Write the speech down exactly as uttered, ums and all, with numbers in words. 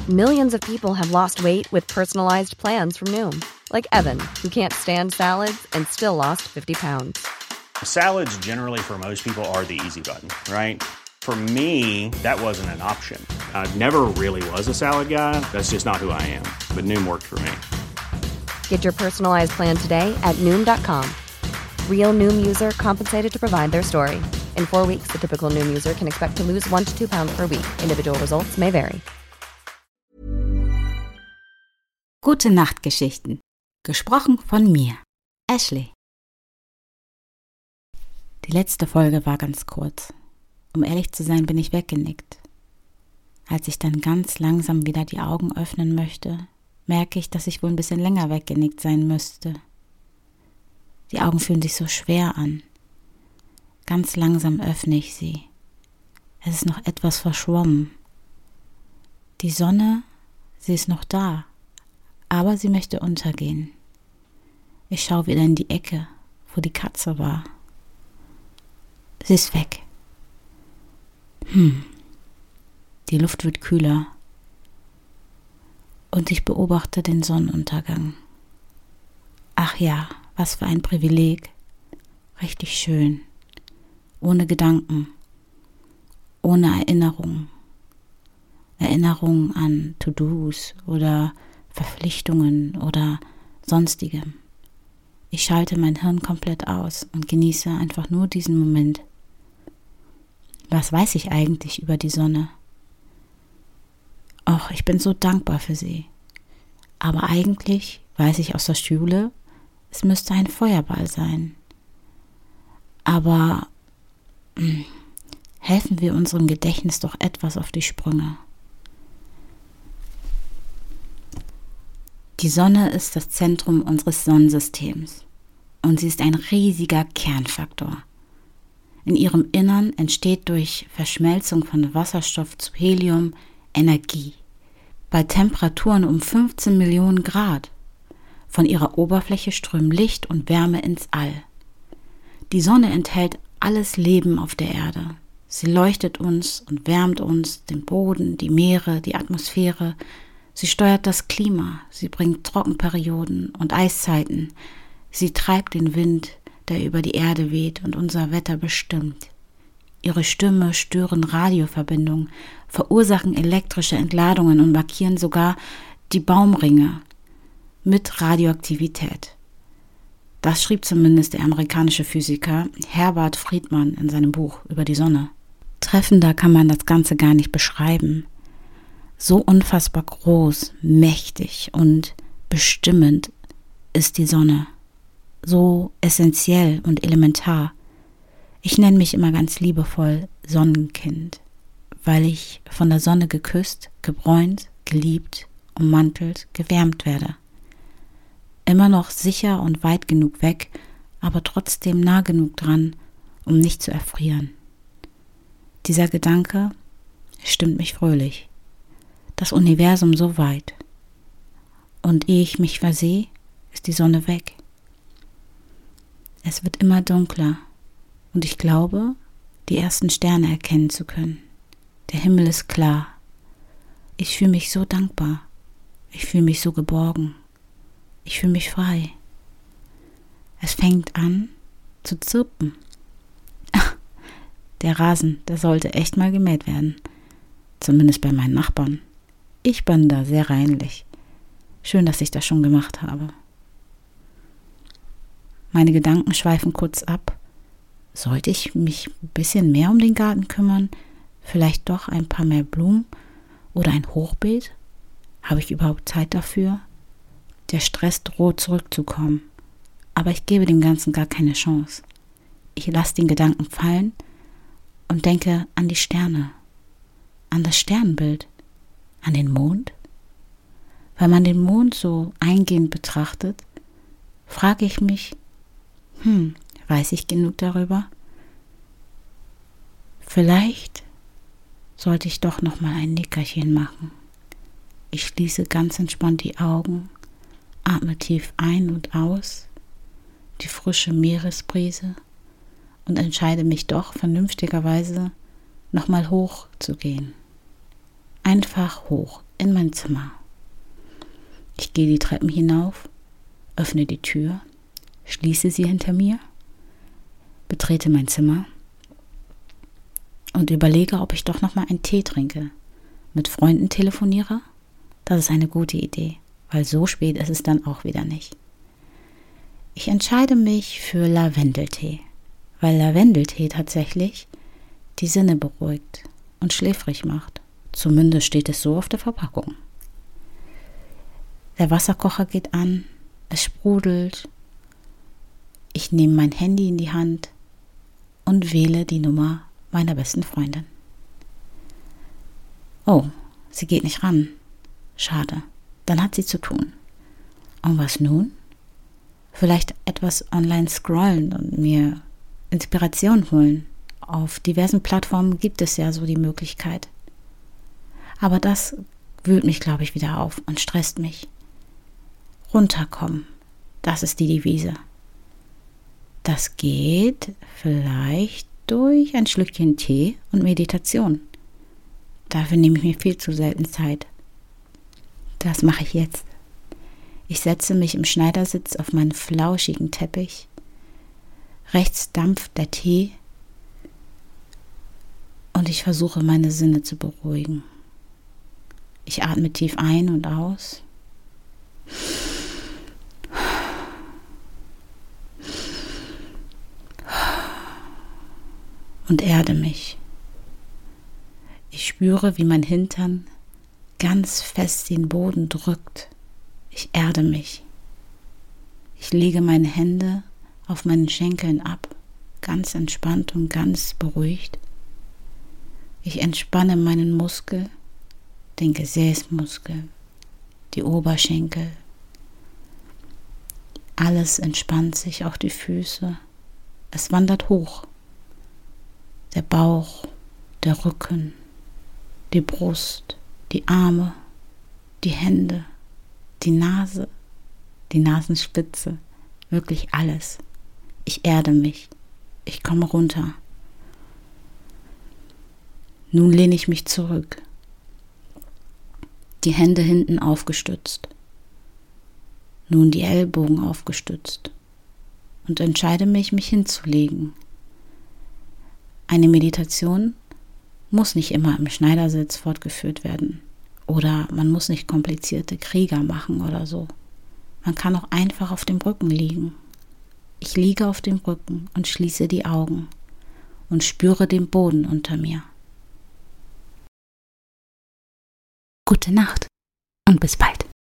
Millions of people have lost weight with personalized plans from Noom. Like Evan, who can't stand salads and still lost fifty pounds. Salads generally for most people are the easy button, right? For me, that wasn't an option. I never really was a salad guy. That's just not who I am. But Noom worked for me. Get your personalized plan today at Noom dot com. Real Noom user compensated to provide their story. In four weeks, the typical Noom user can expect to lose one to two pounds per week. Individual results may vary. Gute Nachtgeschichten. Gesprochen von mir, Ashley. Die letzte Folge war ganz kurz. Um ehrlich zu sein, bin ich weggenickt. Als ich dann ganz langsam wieder die Augen öffnen möchte, merke ich, dass ich wohl ein bisschen länger weggenickt sein müsste. Die Augen fühlen sich so schwer an. Ganz langsam öffne ich sie. Es ist noch etwas verschwommen. Die Sonne, sie ist noch da, aber sie möchte untergehen. Ich schaue wieder in die Ecke, wo die Katze war. Sie ist weg. Hm, die Luft wird kühler und ich beobachte den Sonnenuntergang. Ach ja, was für ein Privileg. Richtig schön. Ohne Gedanken, ohne Erinnerungen. Erinnerungen an To-Dos oder Verpflichtungen oder sonstigem. Ich schalte mein Hirn komplett aus und genieße einfach nur diesen Moment. Was weiß ich eigentlich über die Sonne? Och, ich bin so dankbar für sie. Aber eigentlich weiß ich aus der Schule, es müsste ein Feuerball sein. Aber mh, helfen wir unserem Gedächtnis doch etwas auf die Sprünge. Die Sonne ist das Zentrum unseres Sonnensystems und sie ist ein riesiger Kernfaktor. In ihrem Innern entsteht durch Verschmelzung von Wasserstoff zu Helium Energie. Bei Temperaturen um fünfzehn Millionen Grad. Von ihrer Oberfläche strömen Licht und Wärme ins All. Die Sonne enthält alles Leben auf der Erde. Sie leuchtet uns und wärmt uns, den Boden, die Meere, die Atmosphäre. Sie steuert das Klima, sie bringt Trockenperioden und Eiszeiten. Sie treibt den Wind, der über die Erde weht und unser Wetter bestimmt. Ihre Stürme stören Radioverbindungen, verursachen elektrische Entladungen und markieren sogar die Baumringe mit Radioaktivität. Das schrieb zumindest der amerikanische Physiker Herbert Friedman in seinem Buch über die Sonne. Treffender kann man das Ganze gar nicht beschreiben. So unfassbar groß, mächtig und bestimmend ist die Sonne. So essentiell und elementar. Ich nenne mich immer ganz liebevoll Sonnenkind, weil ich von der Sonne geküsst, gebräunt, geliebt, ummantelt, gewärmt werde. Immer noch sicher und weit genug weg, aber trotzdem nah genug dran, um nicht zu erfrieren. Dieser Gedanke stimmt mich fröhlich. Das Universum so weit. Und ehe ich mich versehe, ist die Sonne weg. Es wird immer dunkler und ich glaube, die ersten Sterne erkennen zu können. Der Himmel ist klar. Ich fühle mich so dankbar. Ich fühle mich so geborgen. Ich fühle mich frei. Es fängt an zu zirpen. Der Rasen, der sollte echt mal gemäht werden. Zumindest bei meinen Nachbarn. Ich bin da sehr reinlich. Schön, dass ich das schon gemacht habe. Meine Gedanken schweifen kurz ab. Sollte ich mich ein bisschen mehr um den Garten kümmern? Vielleicht doch ein paar mehr Blumen oder ein Hochbeet? Habe ich überhaupt Zeit dafür? Der Stress droht zurückzukommen. Aber ich gebe dem Ganzen gar keine Chance. Ich lasse den Gedanken fallen und denke an die Sterne, an das Sternbild, an den Mond. Weil man den Mond so eingehend betrachtet, frage ich mich, hm, weiß ich genug darüber? Vielleicht sollte ich doch noch mal ein Nickerchen machen. Ich schließe ganz entspannt die Augen, atme tief ein und aus, die frische Meeresbrise und entscheide mich doch vernünftigerweise noch mal hoch zu gehen. Einfach hoch, in mein Zimmer. Ich gehe die Treppen hinauf, öffne die Tür, schließe sie hinter mir, betrete mein Zimmer und überlege, ob ich doch noch mal einen Tee trinke. Mit Freunden telefoniere? Das ist eine gute Idee, weil so spät ist es dann auch wieder nicht. Ich entscheide mich für Lavendeltee, weil Lavendeltee tatsächlich die Sinne beruhigt und schläfrig macht. Zumindest steht es so auf der Verpackung. Der Wasserkocher geht an, es sprudelt. Ich nehme mein Handy in die Hand und wähle die Nummer meiner besten Freundin. Oh, sie geht nicht ran. Schade, dann hat sie zu tun. Und was nun? Vielleicht etwas online scrollen und mir Inspiration holen. Auf diversen Plattformen gibt es ja so die Möglichkeit. Aber das wühlt mich, glaube ich, wieder auf und stresst mich. Runterkommen, das ist die Devise. Das geht vielleicht durch ein Schlückchen Tee und Meditation. Dafür nehme ich mir viel zu selten Zeit. Das mache ich jetzt. Ich setze mich im Schneidersitz auf meinen flauschigen Teppich. Rechts dampft der Tee und ich versuche, meine Sinne zu beruhigen. Ich atme tief ein und aus. Und erde mich. Ich spüre, wie mein Hintern ganz fest den Boden drückt. Ich erde mich. Ich lege meine Hände auf meinen Schenkeln ab, ganz entspannt und ganz beruhigt. Ich entspanne meinen Muskel, den Gesäßmuskel, die Oberschenkel. Alles entspannt sich, auch die Füße. Es wandert hoch. Der Bauch, der Rücken, die Brust, die Arme, die Hände, die Nase, die Nasenspitze, wirklich alles. Ich erde mich, ich komme runter. Nun lehne ich mich zurück, die Hände hinten aufgestützt, nun die Ellbogen aufgestützt und entscheide mich, mich hinzulegen. Eine Meditation muss nicht immer im Schneidersitz fortgeführt werden oder man muss nicht komplizierte Krieger machen oder so. Man kann auch einfach auf dem Rücken liegen. Ich liege auf dem Rücken und schließe die Augen und spüre den Boden unter mir. Gute Nacht und bis bald.